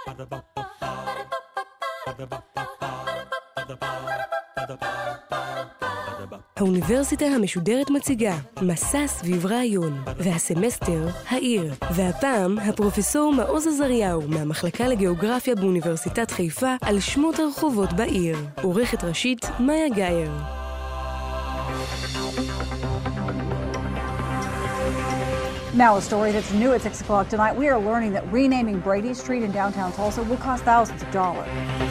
האוניברסיטה המשודרת מציגה מסע סביב רעיון, והסמסטר העיר. והפעם הפרופסור מעוז עזריהו מהמחלקה לגיאוגרפיה באוניברסיטת חיפה על שמות הרחובות בעיר. עורכת ראשית מאיה גייר. Now a story that's new at 6 o'clock tonight. We are learning that renaming Brady Street in downtown Tulsa will cost thousands of dollars.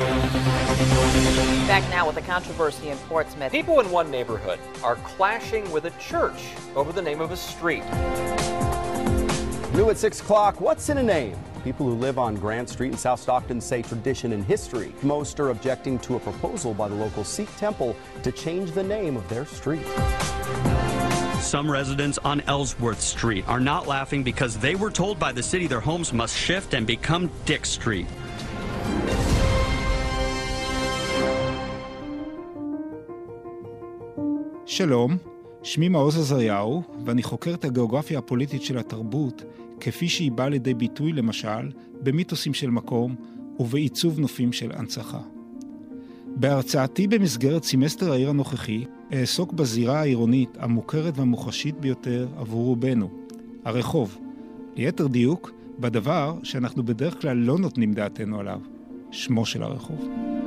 Back now with a controversy in Portsmouth. People in one neighborhood are clashing with a church over the name of a street. New at 6 o'clock, what's in a name? People who live on Grant Street in South Stockton say tradition and history. Most are objecting to a proposal by the local Sikh temple to change the name of their street. Some residents on Ellsworth Street are not laughing because they were told by the city their homes must shift and become Dick Street. שלום, שמי מעוז עזריהו, ואני חוקר את הגיאוגרפיה הפוליטית של התרבות, כפי שהיא באה לידי ביטוי למשל במיתוסים של מקום ובעיצוב נופים של הנצחה. בהרצאתי במסגרת סמסטר העיר הנוכחי, אעסוק בזירה העירונית המוכרת והמוחשית ביותר עבור רובנו, הרחוב. ליתר דיוק, בדבר שאנחנו בדרך כלל לא נותנים דעתנו עליו, שמו של הרחוב.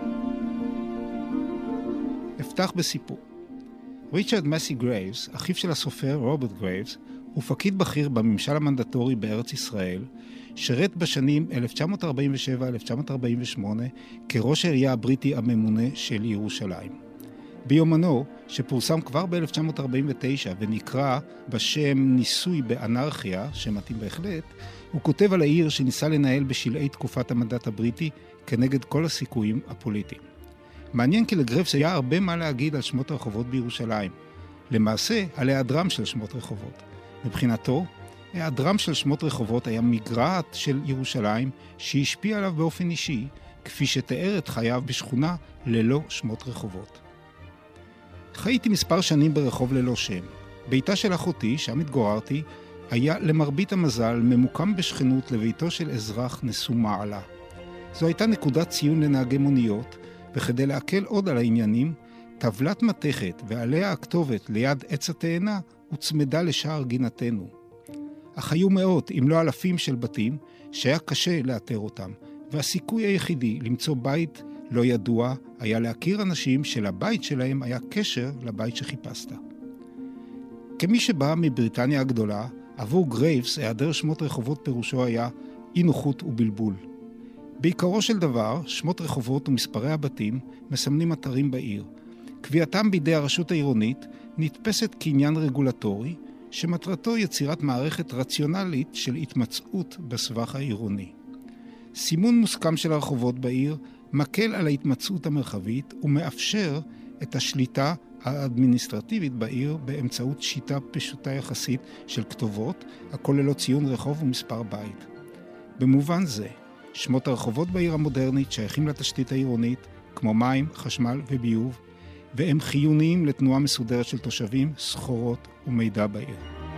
אפתח בסיפור. ריצ'רד מסי גרייבס, אחיו של הסופר רוברט גרייבס, הוא פקיד בכיר בממשל המנדטורי בארץ ישראל, שרת בשנים 1947-1948 כראש העירייה הבריטי הממונה של ירושלים. ביומנו, שפורסם כבר ב-1949 ונקרא בשם ניסוי באנרכיה, שמתאים בהחלט, הוא כותב על העיר שניסה לנהל בשלעי תקופת המנדט הבריטי כנגד כל הסיכויים הפוליטיים. מעניין כי לגרייבס היה הרבה מה להגיד על שמות הרחובות בירושלים. למעשה, על היעדרם של שמות רחובות. מבחינתו, היעדרם של שמות רחובות היה מגרעת של ירושלים שהשפיע עליו באופן אישי, כפי שתיאר את חייו בשכונה ללא שמות רחובות. חייתי מספר שנים ברחוב ללא שם. ביתה של אחותי, שם התגוררתי, היה למרבית המזל ממוקם בשכנות לביתו של אזרח נשוא מעלה. זו הייתה נקודת ציון לנהגי מוניות, וכדי להקל עוד על העניינים, טבלת מתכת ועליה הכתובת ליד עץ התאנה הוצמדה לשער גינתנו. אך היו מאות, אם לא אלפים של בתים, שהיה קשה לאתר אותם, והסיכוי היחידי למצוא בית לא ידוע היה להכיר אנשים שלבית שלהם היה קשר לבית שחיפשת. כמי שבא מבריטניה הגדולה, עבור גרייבס היעדר שמות רחובות פירושו היה אי נוחות ובלבול. בעיקרו של דבר, שמות רחובות ומספרי הבתים מסמנים אתרים בעיר. קביעתם בידי הרשות העירונית נתפסת כעניין רגולטורי, שמטרתו יצירת מערכת רציונלית של התמצאות בסבך העירוני. סימון מוסכם של הרחובות בעיר מקל על ההתמצאות המרחבית ומאפשר את השליטה האדמיניסטרטיבית בעיר באמצעות שיטה פשוטה יחסית של כתובות, הכוללות ציון רחוב ומספר בית. במובן זה, שמות הרחובות בעיר המודרנית שייכים לתשתית העירונית, כמו מים, חשמל וביוב, והם חיוניים לתנועה מסודרת של תושבים, סחורות ומידע בעיר.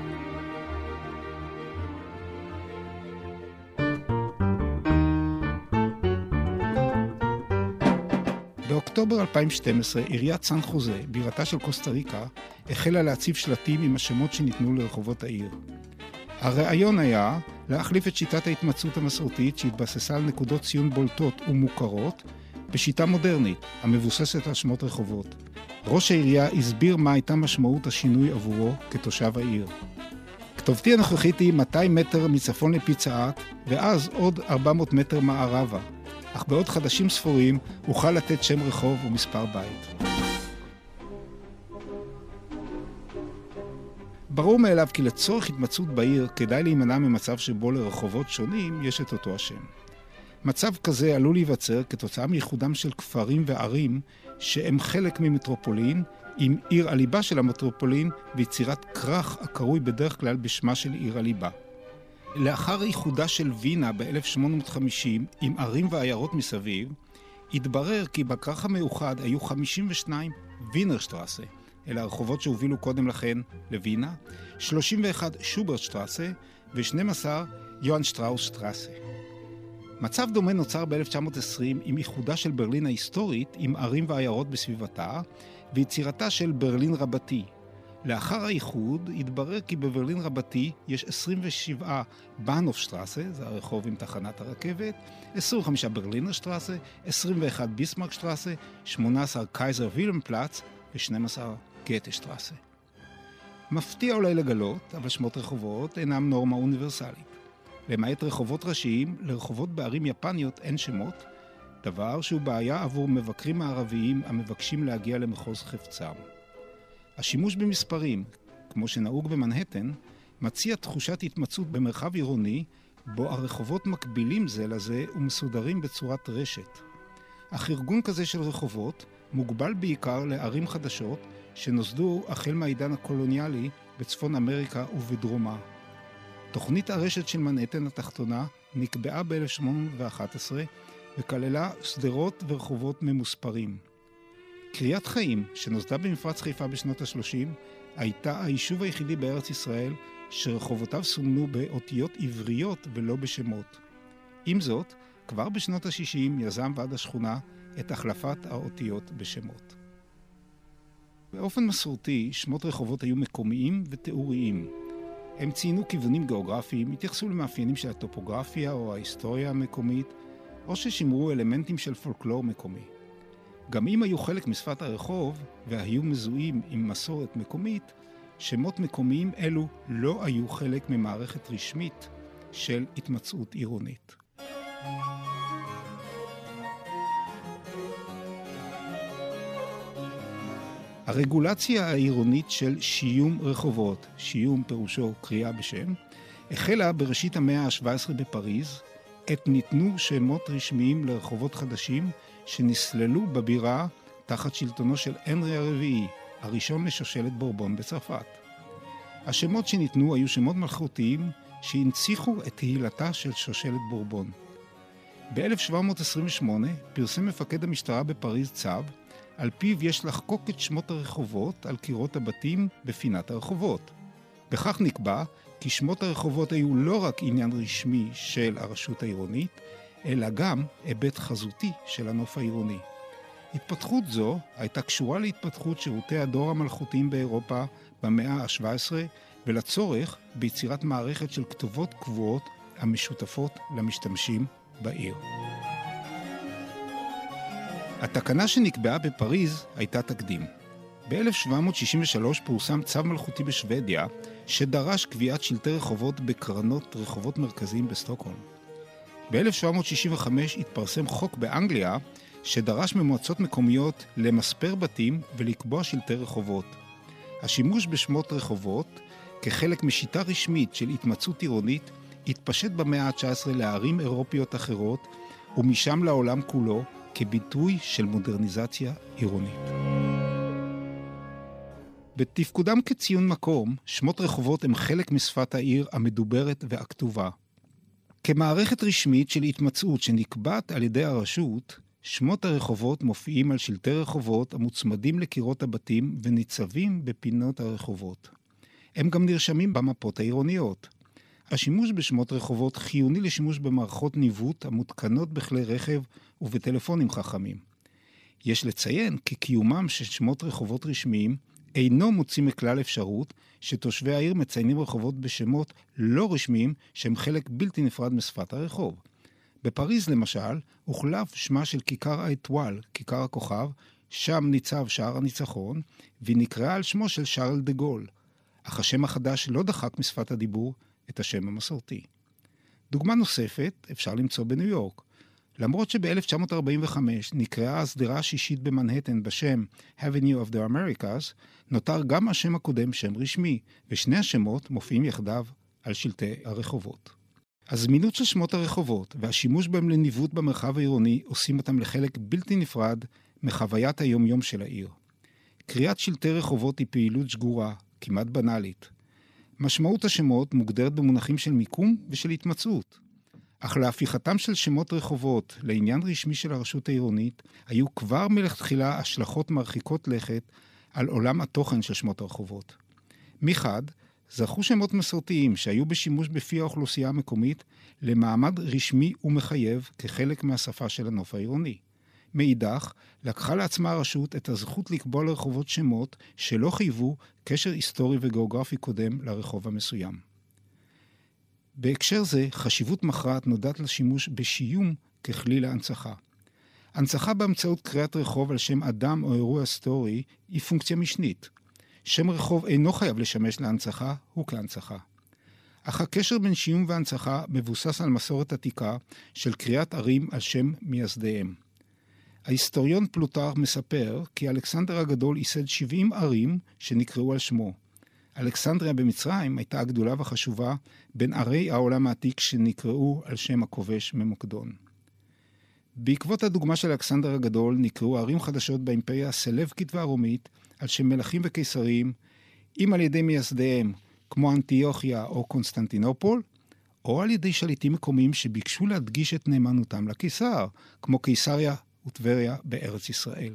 באוקטובר 2012, עיריית סן חוזה, בירתה של קוסטה ריקה, החלה להציב שלטים עם השמות שניתנו לרחובות העיר. הרעיון היה להחליף את שיטת ההתמצאות המסורתית שהתבססה על נקודות ציון בולטות ומוכרות בשיטה מודרנית המבוססת על שמות רחובות. ראש העירייה הסביר מה הייתה משמעות השינוי עבורו כתושב העיר. כתובתי הנוכחית היא 200 מטר מצפון לפיצה-את ואז עוד 400 מטר מערבה, אך בעוד חדשים ספורים אוכל לתת שם רחוב ומספר בית. ברור מאליו כי לצורך התמצאות בעיר כדאי להימנע ממצב שבו לרחובות שונים יש את אותו השם. מצב כזה עלול להיווצר כתוצאה מייחודם של כפרים וערים שהם חלק ממטרופולין עם עיר הליבה של המטרופולין ויצירת כרך הקרוי בדרך כלל בשמה של עיר הליבה. לאחר ייחודה של וינה ב-1850 עם ערים ועיירות מסביב, התברר כי בכרך המאוחד היו 52 וינרשטרסה, אלה הרחובות שהובילו קודם לכן לווינה, 31 שוברטשטרסה ו-12 יוהאן שטראוס שטרסה. מצב דומה נוצר ב-1920 עם איחודה של ברלין ההיסטורית עם ערים ועיירות בסביבתה ויצירתה של ברלין רבתי. לאחר האיחוד התברר כי בברלין רבתי יש 27 באנהופשטרסה, זה הרחוב עם תחנת הרכבת, 25 ברלינר שטרסה, 21 ביסמרקשטרסה, 18 קייזר וילם פלץ ו-12 גתה שטרסה. מפתיע אולי לגלות, אבל שמות רחובות אינם נורמה אוניברסלית. למעט רחובות ראשיים, לרחובות בערים יפניות אין שמות, דבר שהוא בעיה עבור מבקרים הערביים המבקשים להגיע למחוז חפצם. השימוש במספרים, כמו שנהוג במנהטן, מציע תחושת התמצאות במרחב עירוני, בו הרחובות מקבילים זה לזה ומסודרים בצורת רשת. אך ארגון כזה של רחובות מוגבל בעיקר לערים חדשות שנוסדו החל מהעידן הקולוניאלי בצפון אמריקה ובדרומה. תוכנית הרשת של מנהטן התחתונה נקבעה ב-1811 וכללה סדרות ורחובות ממוספרים. קריית חיים, שנוסדה במפרץ חיפה בשנות ה-30, הייתה היישוב היחידי בארץ ישראל שרחובותיו סומנו באותיות עבריות ולא בשמות. עם זאת, כבר בשנות ה-60 יזם ועד השכונה את החלפת האותיות בשמות. באופן מסורתי, שמות רחובות היו מקומיים ותיאוריים. הם ציינו כיוונים גיאוגרפיים, התייחסו למאפיינים של הטופוגרפיה או ההיסטוריה המקומית, או ששימרו אלמנטים של פולקלור מקומי. גם אם היו חלק משפת הרחוב והיו מזוהים עם מסורת מקומית, שמות מקומיים אלו לא היו חלק ממערכת רשמית של התמצאות עירונית. הרגולציה העירונית של שיום רחובות, שיום פירושו קריאה בשם, החלה בראשית המאה ה-17 בפריז, עת ניתנו שמות רשמיים לרחובות חדשים שנסללו בבירה תחת שלטונו של הנרי הרביעי, הראשון לשושלת בורבון בצרפת. השמות שניתנו היו שמות מלכותיים שהנציחו את תהילתה של שושלת בורבון. ב-1728 פרסם מפקד המשטרה בפריז צו, על פיו יש לחקוק את שמות הרחובות על קירות הבתים בפינת הרחובות. בכך נקבע כי שמות הרחובות היו לא רק עניין רשמי של הרשות העירונית, אלא גם היבט חזותי של הנוף העירוני. התפתחות זו הייתה קשורה להתפתחות שירותי הדור המלכותיים באירופה במאה ה-17 ולצורך ביצירת מערכת של כתובות קבועות המשותפות למשתמשים בעיר. התקנה שנקבעה בפריז הייתה תקדים. ב-1763 פורסם צו מלכותי בשוודיה שדרש קביעת שלטי רחובות בקרנות רחובות מרכזיים בסטוקהולם. ב-1765 התפרסם חוק באנגליה שדרש ממועצות מקומיות למספר בתים ולקבוע שלטי רחובות. השימוש בשמות רחובות כחלק משיטה רשמית של התמצאות עירונית התפשט במאה ה-19 לערים אירופיות אחרות ומשם לעולם כולו כביטוי של מודרניזציה עירונית. בתפקודם כציון מקום, שמות רחובות הם חלק משפת העיר המדוברת והכתובה. כמערכת רשמית של התמצאות שנקבעת על ידי הרשות, שמות הרחובות מופיעים על שלטי רחובות המוצמדים לקירות הבתים וניצבים בפינות הרחובות. הם גם נרשמים במפות העירוניות. השימוש בשמות רחובות חיוני לשימוש במערכות ניווט המותקנות בכלי רכב ובטלפונים חכמים. יש לציין כי קיומם של שמות רחובות רשמיים אינו מוציא מכלל אפשרות שתושבי העיר מציינים רחובות בשמות לא רשמיים שהם חלק בלתי נפרד משפת הרחוב. בפריז למשל הוחלף שמה של כיכר האטואל, כיכר הכוכב, שם ניצב שער הניצחון, והיא נקראה על שמו של שרל דה גול. אך השם החדש לא דחק משפת הדיבור את השם המסורתי. דוגמה נוספת אפשר למצוא בניו יורק. למרות שב-1945 נקראה הסדרה השישית במנהטן בשם Avenue of the Americas, נותר גם השם הקודם שם רשמי, ושני השמות מופיעים יחדיו על שלטי הרחובות. הזמינות של שמות הרחובות והשימוש בהם לניווט במרחב העירוני עושים אותם לחלק בלתי נפרד מחוויית היום-יום של העיר. קריאת שלטי רחובות היא פעילות שגורה, כמעט בנאלית. משמעות השמות מוגדרת במונחים של מיקום ושל התמצאות. אך להפיכתם של שמות רחובות לעניין רשמי של הרשות העירונית, היו כבר מלכתחילה השלכות מרחיקות לכת על עולם התוכן של שמות הרחובות. מחד, זכו שמות מסורתיים שהיו בשימוש בפי האוכלוסייה המקומית למעמד רשמי ומחייב כחלק מהשפה של הנוף העירוני. מאידך, לקחה לעצמה הרשות את הזכות לקבוע לרחובות שמות שלא חייבו קשר היסטורי וגיאוגרפי קודם לרחוב המסוים. בהקשר זה, חשיבות מכרעת נודעת לשימוש בשיום ככלי להנצחה. הנצחה באמצעות קריאת רחוב על שם אדם או אירוע היסטורי היא פונקציה משנית. שם רחוב אינו חייב לשמש להנצחה, הוא כהנצחה. אך הקשר בין שיום והנצחה מבוסס על מסורת עתיקה של קריאת ערים על שם מייסדיהם. ההיסטוריון פלוטר מספר כי אלכסנדר הגדול ייסד 70 ערים שנקראו על שמו. אלכסנדריה במצרים הייתה הגדולה והחשובה בין ערי העולם העתיק שנקראו על שם הכובש ממוקדון. בעקבות הדוגמה של אלכסנדר הגדול נקראו ערים חדשות באימפריה הסלבקית והרומית על שם מלכים וקיסרים, אם על ידי מייסדיהם כמו אנטיוכיה או קונסטנטינופול, או על ידי שליטים מקומיים שביקשו להדגיש את נאמנותם לקיסר, כמו קיסריה וטבריה בארץ ישראל.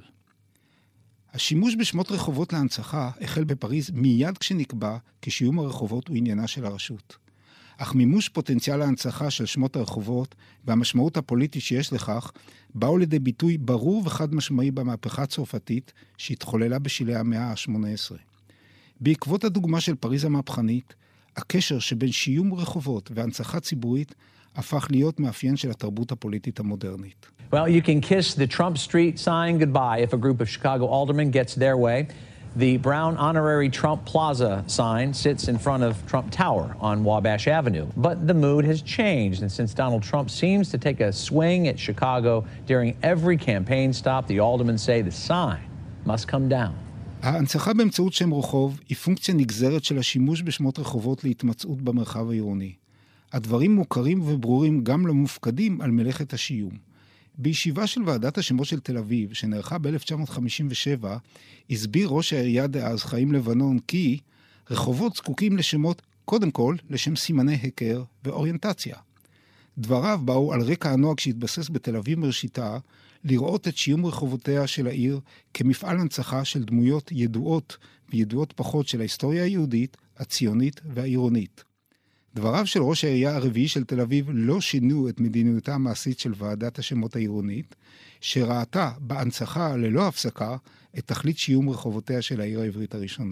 השימוש בשמות רחובות להנצחה החל בפריז מיד כשנקבע כשיום הרחובות הוא עניינה של הרשות. אך מימוש פוטנציאל ההנצחה של שמות הרחובות והמשמעות הפוליטית שיש לכך באו לידי ביטוי ברור וחד משמעי במהפכה הצרפתית שהתחוללה בשלהי המאה ה-18. בעקבות הדוגמה של פריז המהפכנית, הקשר שבין שיום רחובות והנצחה ציבורית הפך להיות מאפיין של התרבות הפוליטית המודרנית. Well, you can kiss the Trump Street sign goodbye if a group of Chicago aldermen gets their way. The brown honorary Trump Plaza sign sits in front of Trump Tower on Wabash Avenue. But the mood has changed, and since Donald Trump seems to take a swing at Chicago during every campaign stop, the aldermen say the sign must come down. ההנצחה באמצעות שם רחוב היא פונקציה נגזרת של השימוש בשמות רחובות להתמצאות במרחב העירוני. הדברים מוכרים וברורים גם למופקדים על מלאכת השיום. בישיבה של ועדת השמות של תל אביב, שנערכה ב-1957, הסביר ראש העירייה דאז חיים לבנון כי רחובות זקוקים לשמות קודם כל לשם סימני הכר ואוריינטציה. דבריו באו על רקע הנוהג שהתבסס בתל אביב מראשיתה לראות את שיום רחובותיה של העיר כמפעל הנצחה של דמויות ידועות וידועות פחות של ההיסטוריה היהודית, הציונית והעירונית. דבריו של ראש העירייה הרביעי של תל אביב לא שינו את מדיניותה המעשית של ועדת השמות העירונית, שראתה בהנצחה ללא הפסקה את תכלית שיום רחובותיה של העיר העברית הראשונה.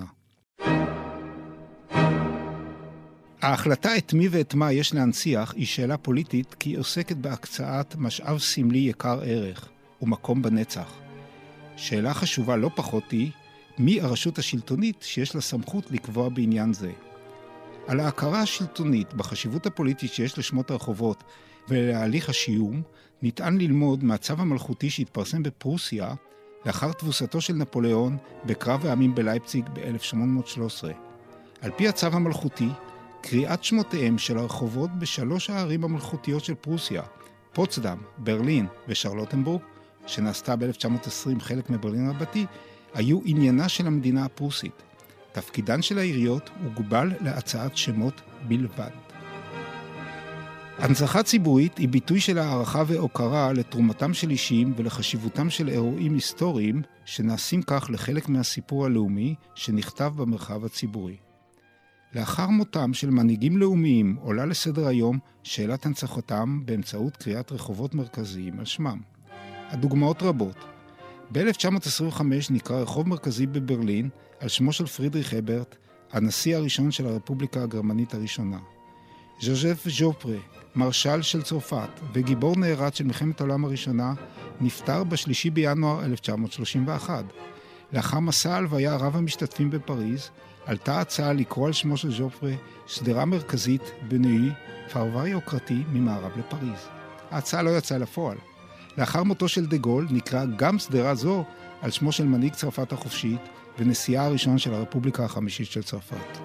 ההחלטה את מי ואת מה יש להנציח היא שאלה פוליטית כי היא עוסקת בהקצאת משאב סמלי יקר ערך ומקום בנצח. שאלה חשובה לא פחות היא מי הרשות השלטונית שיש לה סמכות לקבוע בעניין זה. על ההכרה השלטונית בחשיבות הפוליטית שיש לשמות הרחובות ולהליך השיום, ניתן ללמוד מהצו המלכותי שהתפרסם בפרוסיה לאחר תבוסתו של נפוליאון בקרב העמים בלייפציג ב-1813. על פי הצו המלכותי, קריאת שמותיהם של הרחובות בשלוש הערים המלכותיות של פרוסיה, פוצדם, ברלין ושרלוטנבורג, שנעשתה ב-1920 חלק מברלין רבתי, היו עניינה של המדינה הפרוסית. תפקידן של העיריות הוגבל להצעת שמות בלבד. הנצחה ציבורית היא ביטוי של הערכה והוקרה לתרומתם של אישים ולחשיבותם של אירועים היסטוריים שנעשים כך לחלק מהסיפור הלאומי שנכתב במרחב הציבורי. לאחר מותם של מנהיגים לאומיים עולה לסדר היום שאלת הנצחתם באמצעות קריאת רחובות מרכזיים על שמם. הדוגמאות רבות. ב-1925 נקרא רחוב מרכזי בברלין על שמו של פרידריך הברט, הנשיא הראשון של הרפובליקה הגרמנית הראשונה. ז'וז'ף ז'ופרה, מרשל של צרפת וגיבור נערץ של מלחמת העולם הראשונה, נפטר ב3 בינואר 1931. לאחר מסע הלוויה רב המשתתפים בפריז, עלתה הצעה לקרוא על שמו של ז'ופרה שדרה מרכזית בנוי, פרבר יוקרתי ממערב לפריז. ההצעה לא יצאה לפועל. לאחר מותו של דה גול נקרא גם סדרה זו על שמו של מנהיג צרפת החופשית ונשיאה הראשון של הרפובליקה החמישית של צרפת.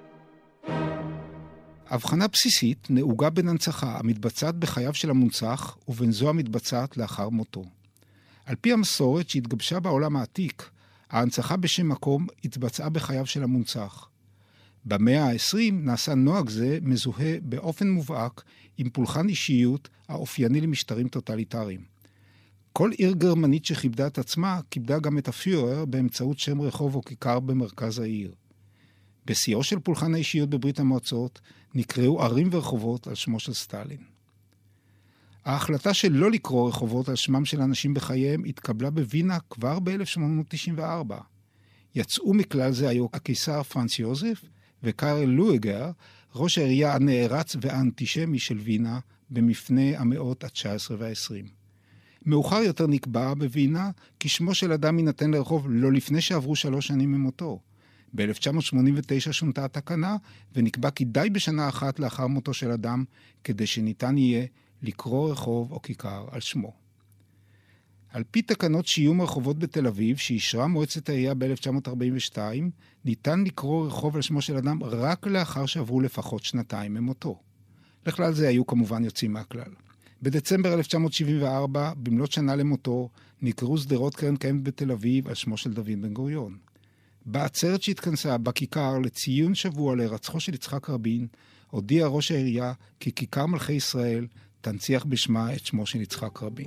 הבחנה בסיסית נהוגה בין הנצחה המתבצעת בחייו של המונצח ובין זו המתבצעת לאחר מותו. על פי המסורת שהתגבשה בעולם העתיק, ההנצחה בשם מקום התבצעה בחייו של המונצח. במאה ה-20 נעשה נוהג זה מזוהה באופן מובהק עם פולחן אישיות האופייני למשטרים טוטליטריים. כל עיר גרמנית שכיבדה את עצמה, כיבדה גם את הפיורר באמצעות שם רחוב או כיכר במרכז העיר. בשיאו של פולחן האישיות בברית המועצות נקראו ערים ורחובות על שמו של סטלין. ההחלטה של לא לקרוא רחובות על שמם של אנשים בחייהם התקבלה בווינה כבר ב-1894. יצאו מכלל זה היו הקיסר פרנץ יוזף וקארל לואגר, ראש העירייה הנערץ והאנטישמי של וינה במפנה המאות ה-19 וה-20. מאוחר יותר נקבע בווינה כי שמו של אדם יינתן לרחוב לא לפני שעברו 3 שנים ממותו. ב-1989 שונתה התקנה ונקבע כי די בשנה אחת לאחר מותו של אדם כדי שניתן יהיה לקרוא רחוב או כיכר על שמו. על פי תקנות שיום הרחובות בתל אביב, שאישרה מועצת העירייה ב-1942, ניתן לקרוא רחוב על שמו של אדם רק לאחר שעברו לפחות 2 ממותו. לכלל זה היו כמובן יוצאים מהכלל. בדצמבר 1974, במלאת שנה למותו, נקראו שדרות קרן קיימת בתל אביב על שמו של דוד בן גוריון. בעצרת שהתכנסה בכיכר לציון שבוע להירצחו של יצחק רבין, הודיע ראש העירייה כי כיכר מלכי ישראל תנציח בשמה את שמו של יצחק רבין.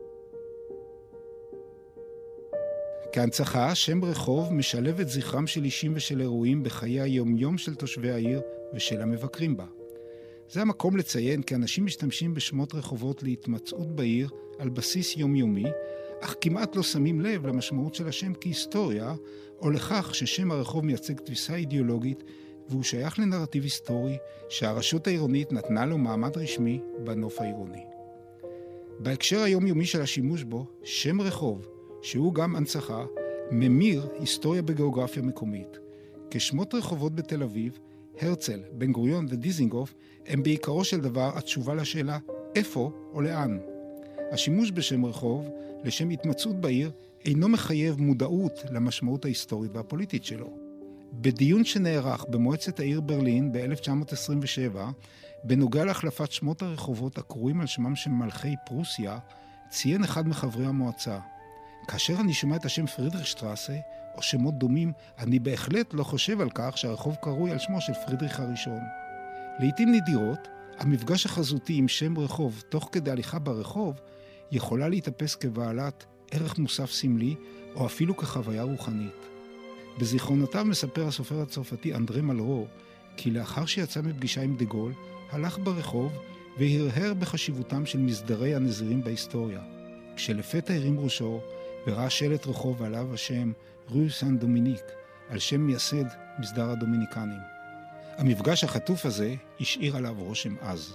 כהנצחה, שם רחוב משלב את זכרם של אישים ושל אירועים בחיי היומיום של תושבי העיר ושל המבקרים בה. זה המקום לציין כי אנשים משתמשים בשמות רחובות להתמצאות בעיר על בסיס יומיומי, אך כמעט לא שמים לב למשמעות של השם כהיסטוריה, או לכך ששם הרחוב מייצג תפיסה אידיאולוגית, והוא שייך לנרטיב היסטורי שהרשות העירונית נתנה לו מעמד רשמי בנוף העירוני. בהקשר היומיומי של השימוש בו, שם רחוב, שהוא גם הנצחה, ממיר היסטוריה בגיאוגרפיה מקומית. כשמות רחובות בתל אביב, הרצל, בן גוריון ודיזינגוף הם בעיקרו של דבר התשובה לשאלה איפה או לאן. השימוש בשם רחוב לשם התמצאות בעיר אינו מחייב מודעות למשמעות ההיסטורית והפוליטית שלו. בדיון שנערך במועצת העיר ברלין ב-1927, בנוגע להחלפת שמות הרחובות הקרויים על שמם של מלכי פרוסיה, ציין אחד מחברי המועצה. כאשר אני שומע את השם פרידריכשטרסה או שמות דומים, אני בהחלט לא חושב על כך שהרחוב קרוי על שמו של פרידריך הראשון. לעתים נדירות, המפגש החזותי עם שם רחוב תוך כדי הליכה ברחוב יכולה להתאפס כבעלת ערך מוסף סמלי או אפילו כחוויה רוחנית. בזיכרונותיו מספר הסופר הצרפתי אנדרי מלרו כי לאחר שיצא מפגישה עם דגול, הלך ברחוב והרהר בחשיבותם של מסדרי הנזירים בהיסטוריה. כשלפתע הרים ראשו וראה שלט רחוב עליו השם רו סן דומיניק, על שם מייסד מסדר הדומיניקנים. המפגש החטוף הזה השאיר עליו רושם עז.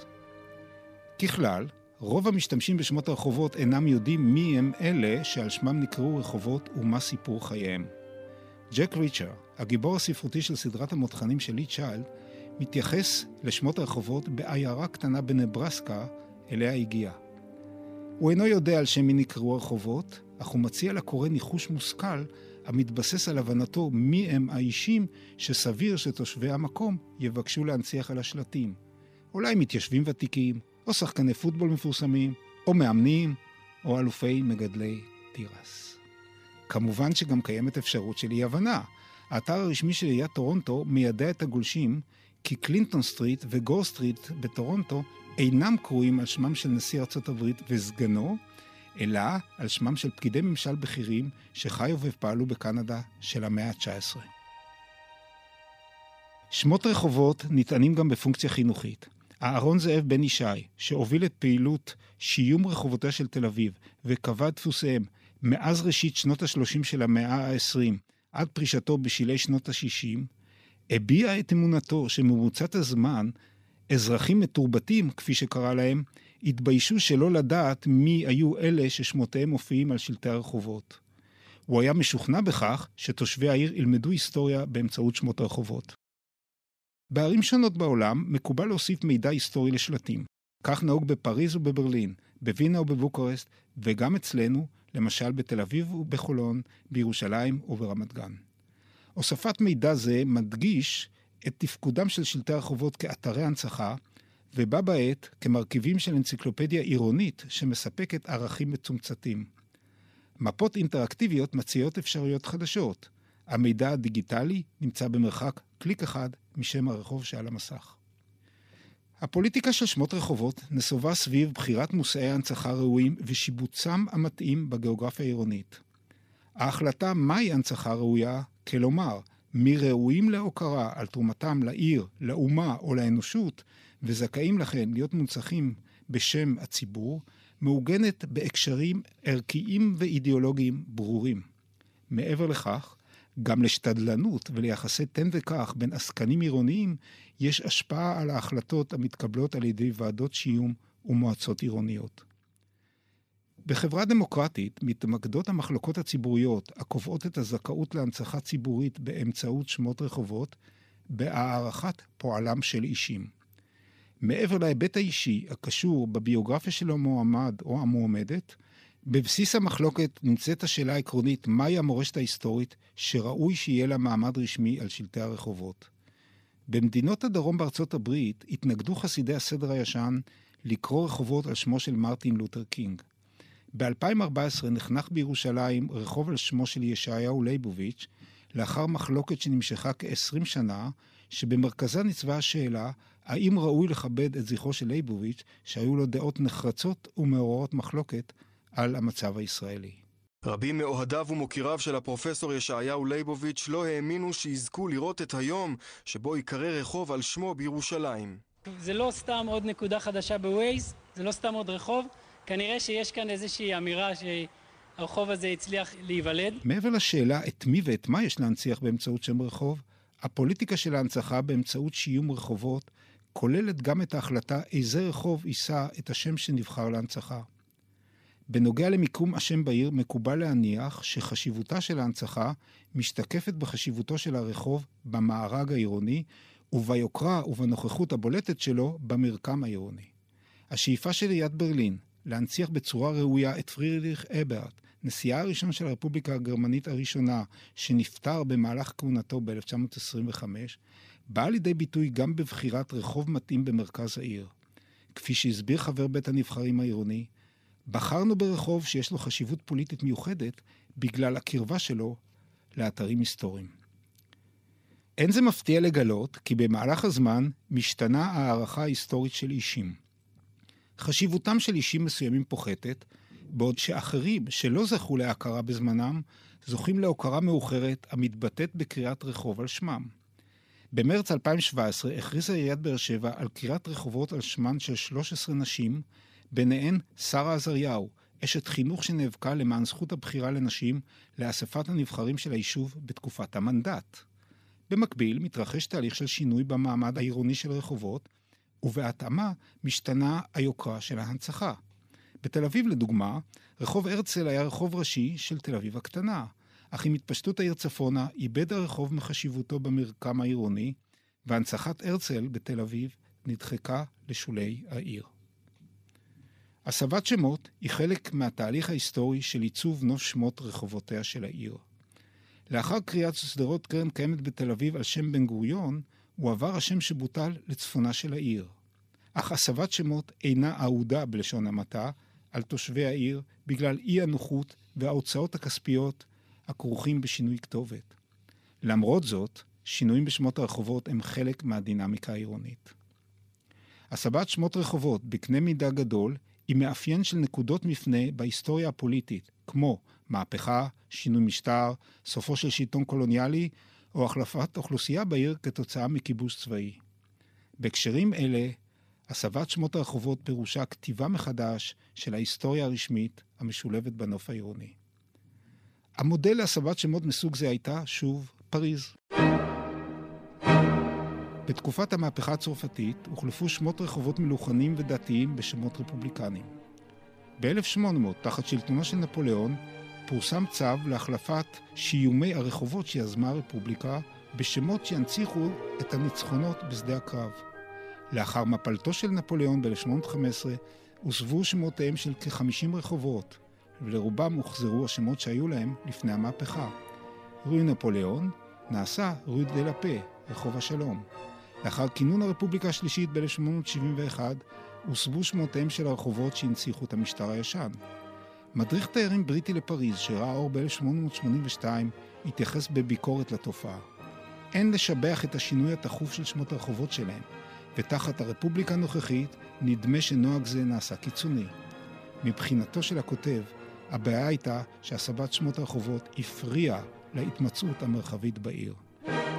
ככלל, רוב המשתמשים בשמות הרחובות אינם יודעים מי הם אלה שעל שמם נקראו רחובות ומה סיפור חייהם. ג'ק ריצ'ר, הגיבור הספרותי של סדרת המותחנים של לי צ'יילד, מתייחס לשמות הרחובות בעיירה קטנה בנברסקה אליה הגיע. הוא אינו יודע על שם מי נקראו הרחובות, אך הוא מציע לקורא ניחוש מושכל המתבסס על הבנתו מי הם האישים שסביר שתושבי המקום יבקשו להנציח על השלטים. אולי מתיישבים ותיקים, או שחקני פוטבול מפורסמים, או מאמנים, או אלופי מגדלי תירס. כמובן שגם קיימת אפשרות של אי-הבנה. האתר הרשמי של עיריית טורונטו מיידע את הגולשים כי קלינטון סטריט וגור סטריט בטורונטו אינם קרויים על שמם של נשיא ארצות הברית וסגנו, אלא על שמם של פקידי ממשל בכירים שחיו ופעלו בקנדה של המאה ה-19. שמות רחובות נטענים גם בפונקציה חינוכית. אהרון זאב בן ישי, שהוביל את פעילות שיום רחובותיה של תל אביב וקבע דפוסיהם מאז ראשית שנות ה-30 של המאה ה-20 עד פרישתו בשלהי שנות ה-60, הביע את אמונתו שממוצת הזמן אזרחים מתורבתים, כפי שקרא להם, התביישו שלא לדעת מי היו אלה ששמותיהם מופיעים על שלטי הרחובות. הוא היה משוכנע בכך שתושבי העיר ילמדו היסטוריה באמצעות שמות הרחובות. בערים שונות בעולם מקובל להוסיף מידע היסטורי לשלטים. כך נהוג בפריז ובברלין, בווינה ובבוקרשט, וגם אצלנו, למשל בתל אביב ובחולון, בירושלים וברמת גן. הוספת מידע זה מדגיש את תפקודם של שלטי הרחובות כאתרי הנצחה, ובה בעת כמרכיבים של אנציקלופדיה עירונית שמספקת ערכים מצומצתים. מפות אינטראקטיביות מציעות אפשרויות חדשות. המידע הדיגיטלי נמצא במרחק קליק אחד משם הרחוב שעל המסך. הפוליטיקה של שמות רחובות נסובה סביב בחירת מושאי הנצחה ראויים ושיבוצם המתאים בגיאוגרפיה העירונית. ההחלטה מהי הנצחה ראויה, כלומר, מי ראויים להוקרה על תרומתם לעיר, לאומה או לאנושות, וזכאים לכן להיות מונצחים בשם הציבור, מעוגנת בהקשרים ערכיים ואידיאולוגיים ברורים. מעבר לכך, גם לשתדלנות וליחסי תן וכך בין עסקנים עירוניים, יש השפעה על ההחלטות המתקבלות על ידי ועדות שיום ומועצות עירוניות. בחברה דמוקרטית מתמקדות המחלוקות הציבוריות הקובעות את הזכאות להנצחה ציבורית באמצעות שמות רחובות, בהערכת פועלם של אישים. מעבר להיבט האישי הקשור בביוגרפיה של המועמד או המועמדת, בבסיס המחלוקת נמצאת השאלה העקרונית מהי המורשת ההיסטורית שראוי שיהיה לה מעמד רשמי על שלטי הרחובות. במדינות הדרום בארצות הברית התנגדו חסידי הסדר הישן לקרוא רחובות על שמו של מרטין לותר קינג. ב-2014 נחנך בירושלים רחוב על שמו של ישעיהו ליבוביץ', לאחר מחלוקת שנמשכה כ-20 שנה, שבמרכזה ניצבה השאלה האם ראוי לכבד את זכרו של ליבוביץ' שהיו לו דעות נחרצות ומעוררות מחלוקת על המצב הישראלי. רבים מאוהדיו ומוקיריו של הפרופסור ישעיהו ליבוביץ' לא האמינו שיזכו לראות את היום שבו יקרא רחוב על שמו בירושלים. זה לא סתם עוד נקודה חדשה בווייז, זה לא סתם עוד רחוב, כנראה שיש כאן איזושהי אמירה שהרחוב הזה הצליח להיוולד. מעבר לשאלה את מי ואת מה יש להנציח באמצעות שם רחוב, הפוליטיקה של ההנצחה באמצעות שיום רחובות כוללת גם את ההחלטה איזה רחוב יישא את השם שנבחר להנצחה. בנוגע למיקום השם בעיר מקובל להניח שחשיבותה של ההנצחה משתקפת בחשיבותו של הרחוב במארג העירוני וביוקרה ובנוכחות הבולטת שלו במרקם העירוני. השאיפה של עיריית ברלין להנציח בצורה ראויה את פרידריך אברט, נשיאה הראשון של הרפובליקה הגרמנית הראשונה שנפטר במהלך כהונתו ב-1925, באה לידי ביטוי גם בבחירת רחוב מתאים במרכז העיר. כפי שהסביר חבר בית הנבחרים העירוני, בחרנו ברחוב שיש לו חשיבות פוליטית מיוחדת בגלל הקרבה שלו לאתרים היסטוריים. אין זה מפתיע לגלות כי במהלך הזמן משתנה הערכה ההיסטורית של אישים. חשיבותם של אישים מסוימים פוחתת, בעוד שאחרים שלא זכו להכרה בזמנם, זוכים להוקרה מאוחרת המתבטאת בקריאת רחוב על שמם. במרץ 2017 הכריזה עיריית באר שבע על קריאת רחובות על שמן של 13 נשים, ביניהן שרה עזריהו, אשת חינוך שנאבקה למען זכות הבחירה לנשים לאספת הנבחרים של היישוב בתקופת המנדט. במקביל מתרחש תהליך של שינוי במעמד העירוני של רחובות, ובהתאמה משתנה היוקרה של ההנצחה. בתל אביב לדוגמה, רחוב הרצל היה רחוב ראשי של תל אביב הקטנה, אך עם התפשטות העיר צפונה איבד הרחוב מחשיבותו במרקם העירוני, והנצחת הרצל בתל אביב נדחקה לשולי העיר. הסבת שמות היא חלק מהתהליך ההיסטורי של עיצוב נוף שמות רחובותיה של העיר. לאחר קריאת שדרות קרן קיימת בתל אביב על שם בן גוריון, הוא עבר השם שבוטל לצפונה של העיר. אך הסבת שמות אינה אהודה בלשון המעטה על תושבי העיר בגלל אי הנוחות וההוצאות הכספיות הכרוכים בשינוי כתובת. למרות זאת, שינויים בשמות הרחובות הם חלק מהדינמיקה העירונית. הסבת שמות רחובות בקנה מידה גדול היא מאפיין של נקודות מפנה בהיסטוריה הפוליטית, כמו מהפכה, שינוי משטר, סופו של שלטון קולוניאלי, או החלפת אוכלוסייה בעיר כתוצאה מכיבוש צבאי. בהקשרים אלה, הסבת שמות הרחובות פירושה כתיבה מחדש של ההיסטוריה הרשמית המשולבת בנוף העירוני. המודל להסבת שמות מסוג זה הייתה, שוב, פריז. בתקופת המהפכה הצרפתית הוחלפו שמות רחובות מלוכנים ודתיים בשמות רפובליקניים. ב-1800, תחת שלטונו של נפוליאון, פורסם צו להחלפת שיומי הרחובות שיזמה הרפובליקה בשמות שינציחו את הניצחונות בשדה הקרב. לאחר מפלתו של נפוליאון ב-1815 הוסבו שמותיהם של כ-50 רחובות, ולרובם הוחזרו השמות שהיו להם לפני המהפכה. רוי נפוליאון נעשה רוי דה לה פה, רחוב השלום. לאחר כינון הרפובליקה השלישית ב-1871 הוסבו שמותיהם של הרחובות שהנציחו את המשטר הישן. מדריך תיירים בריטי לפריז שראה אור ב-1882 התייחס בביקורת לתופעה. אין לשבח את השינוי התכוף של שמות הרחובות שלהם, ותחת הרפובליקה הנוכחית נדמה שנוהג זה נעשה קיצוני. מבחינתו של הכותב, הבעיה הייתה שהסבת שמות הרחובות הפריעה להתמצאות המרחבית בעיר.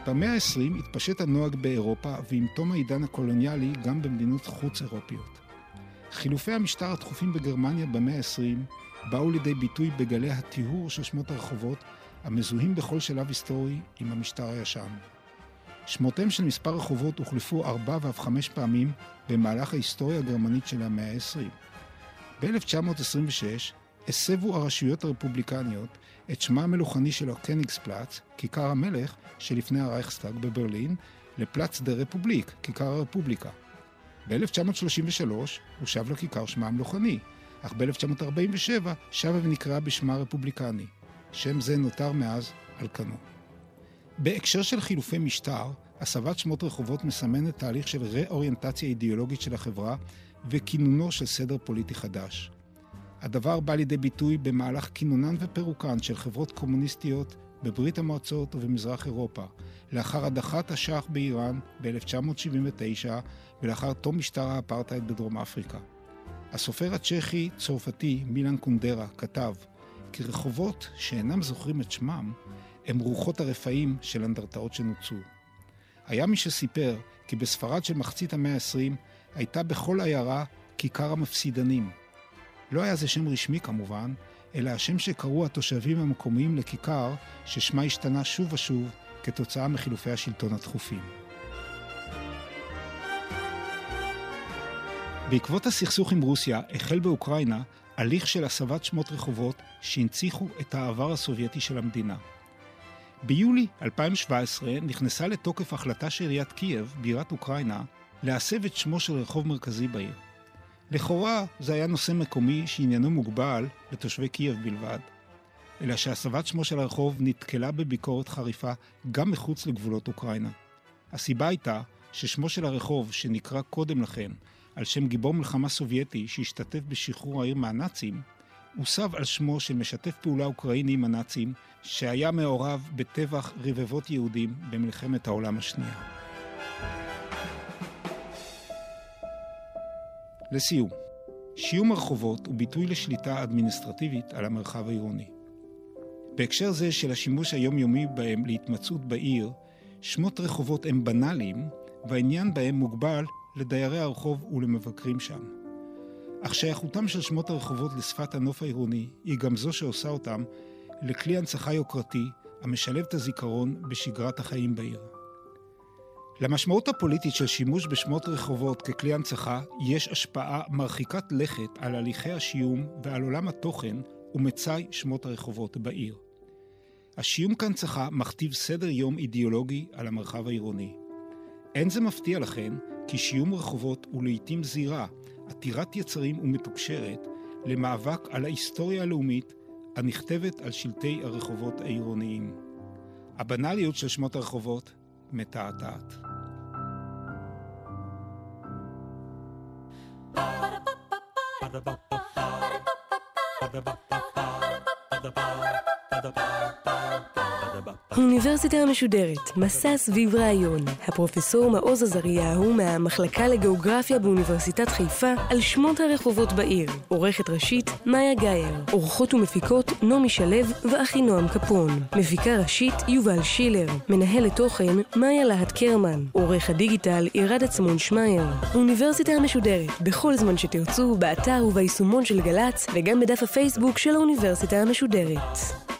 במאה ה-20 התפשט הנוהג באירופה ועם תום העידן הקולוניאלי גם במדינות חוץ אירופיות. חילופי המשטר התכופים בגרמניה במאה ה-20 באו לידי ביטוי בגלי הטיהור של שמות הרחובות המזוהים בכל שלב היסטורי עם המשטר הישן. שמותיהם של מספר רחובות הוחלפו 4 ואף 5 פעמים במהלך ההיסטוריה הגרמנית של המאה ה-20. ב-1926 הסבו הרשויות הרפובליקניות את שמה המלוכני של הקניגספלץ, כיכר המלך שלפני הרייכסטאג בברלין, לפלץ דה רפובליק, כיכר הרפובליקה. ב-1933 הוא שב לכיכר שמה המלוכני, אך ב-1947 שבה ונקרא בשמה הרפובליקני. שם זה נותר מאז על כנו. בהקשר של חילופי משטר, הסבת שמות רחובות מסמנת תהליך של ראוריינטציה אידיאולוגית של החברה וכינונו של סדר פוליטי חדש. הדבר בא לידי ביטוי במהלך כינונן ופירוקן של חברות קומוניסטיות בברית המועצות ובמזרח אירופה, לאחר הדחת השח באיראן ב-1979 ולאחר תום משטר האפרטהייד בדרום אפריקה. הסופר הצ'כי-צרפתי מילן קונדרה כתב כי רחובות שאינם זוכרים את שמם הם רוחות הרפאים של אנדרטאות שנוצו. היה מי שסיפר כי בספרד של מחצית המאה ה-20 הייתה בכל עיירה כיכר המפסידנים. לא היה זה שם רשמי כמובן, אלא השם שקראו התושבים המקומיים לכיכר ששמה השתנה שוב ושוב כתוצאה מחילופי השלטון התכופים. בעקבות הסכסוך עם רוסיה החל באוקראינה הליך של הסבת שמות רחובות שהנציחו את העבר הסובייטי של המדינה. ביולי 2017 נכנסה לתוקף החלטה של עיריית קייב, בירת אוקראינה, להסב את שמו של רחוב מרכזי בעיר. לכאורה זה היה נושא מקומי שעניינו מוגבל לתושבי קייב בלבד, אלא שהסבת שמו של הרחוב נתקלה בביקורת חריפה גם מחוץ לגבולות אוקראינה. הסיבה הייתה ששמו של הרחוב שנקרא קודם לכן על שם גיבור מלחמה סובייטי שהשתתף בשחרור העיר מהנאצים, הוסב על שמו של משתף פעולה אוקראיני עם הנאצים שהיה מעורב בטבח רבבות יהודים במלחמת העולם השנייה. לסיום, שיום הרחובות הוא ביטוי לשליטה אדמיניסטרטיבית על המרחב העירוני. בהקשר זה של השימוש היומיומי בהם להתמצאות בעיר, שמות רחובות הם בנאליים והעניין בהם מוגבל לדיירי הרחוב ולמבקרים שם. אך שייכותם של שמות הרחובות לשפת הנוף העירוני היא גם זו שעושה אותם לכלי הנצחה יוקרתי המשלב את הזיכרון בשגרת החיים בעיר. למשמעות הפוליטית של שימוש בשמות רחובות ככלי הנצחה יש השפעה מרחיקת לכת על הליכי השיום ועל עולם התוכן ומצאי שמות הרחובות בעיר. השיום כהנצחה מכתיב סדר יום אידיאולוגי על המרחב העירוני. אין זה מפתיע לכן כי שיום רחובות הוא לעתים זירה, עתירת יצרים ומתוקשרת למאבק על ההיסטוריה הלאומית הנכתבת על שלטי הרחובות העירוניים. הבנאליות של שמות הרחובות מתעתעת. האוניברסיטה המשודרת, מסע סביב רעיון. הפרופסור מעוז עזריהו מהמחלקה לגיאוגרפיה באוניברסיטת חיפה על שמות הרחובות בעיר. עורכת ראשית מאיה גייר. עורכות ומפיקות נעמי שלו ואחינועם קפון. מפיקה ראשית יובל שילר. מנהלת תוכן מאיה להט קרמן. עורך הדיגיטל ירד עצמון שמייר. האוניברסיטה המשודרת, בכל זמן שתרצו, באתר וביישומון של גלץ וגם בדף הפייסבוק של האוניברסיטה המשודרת.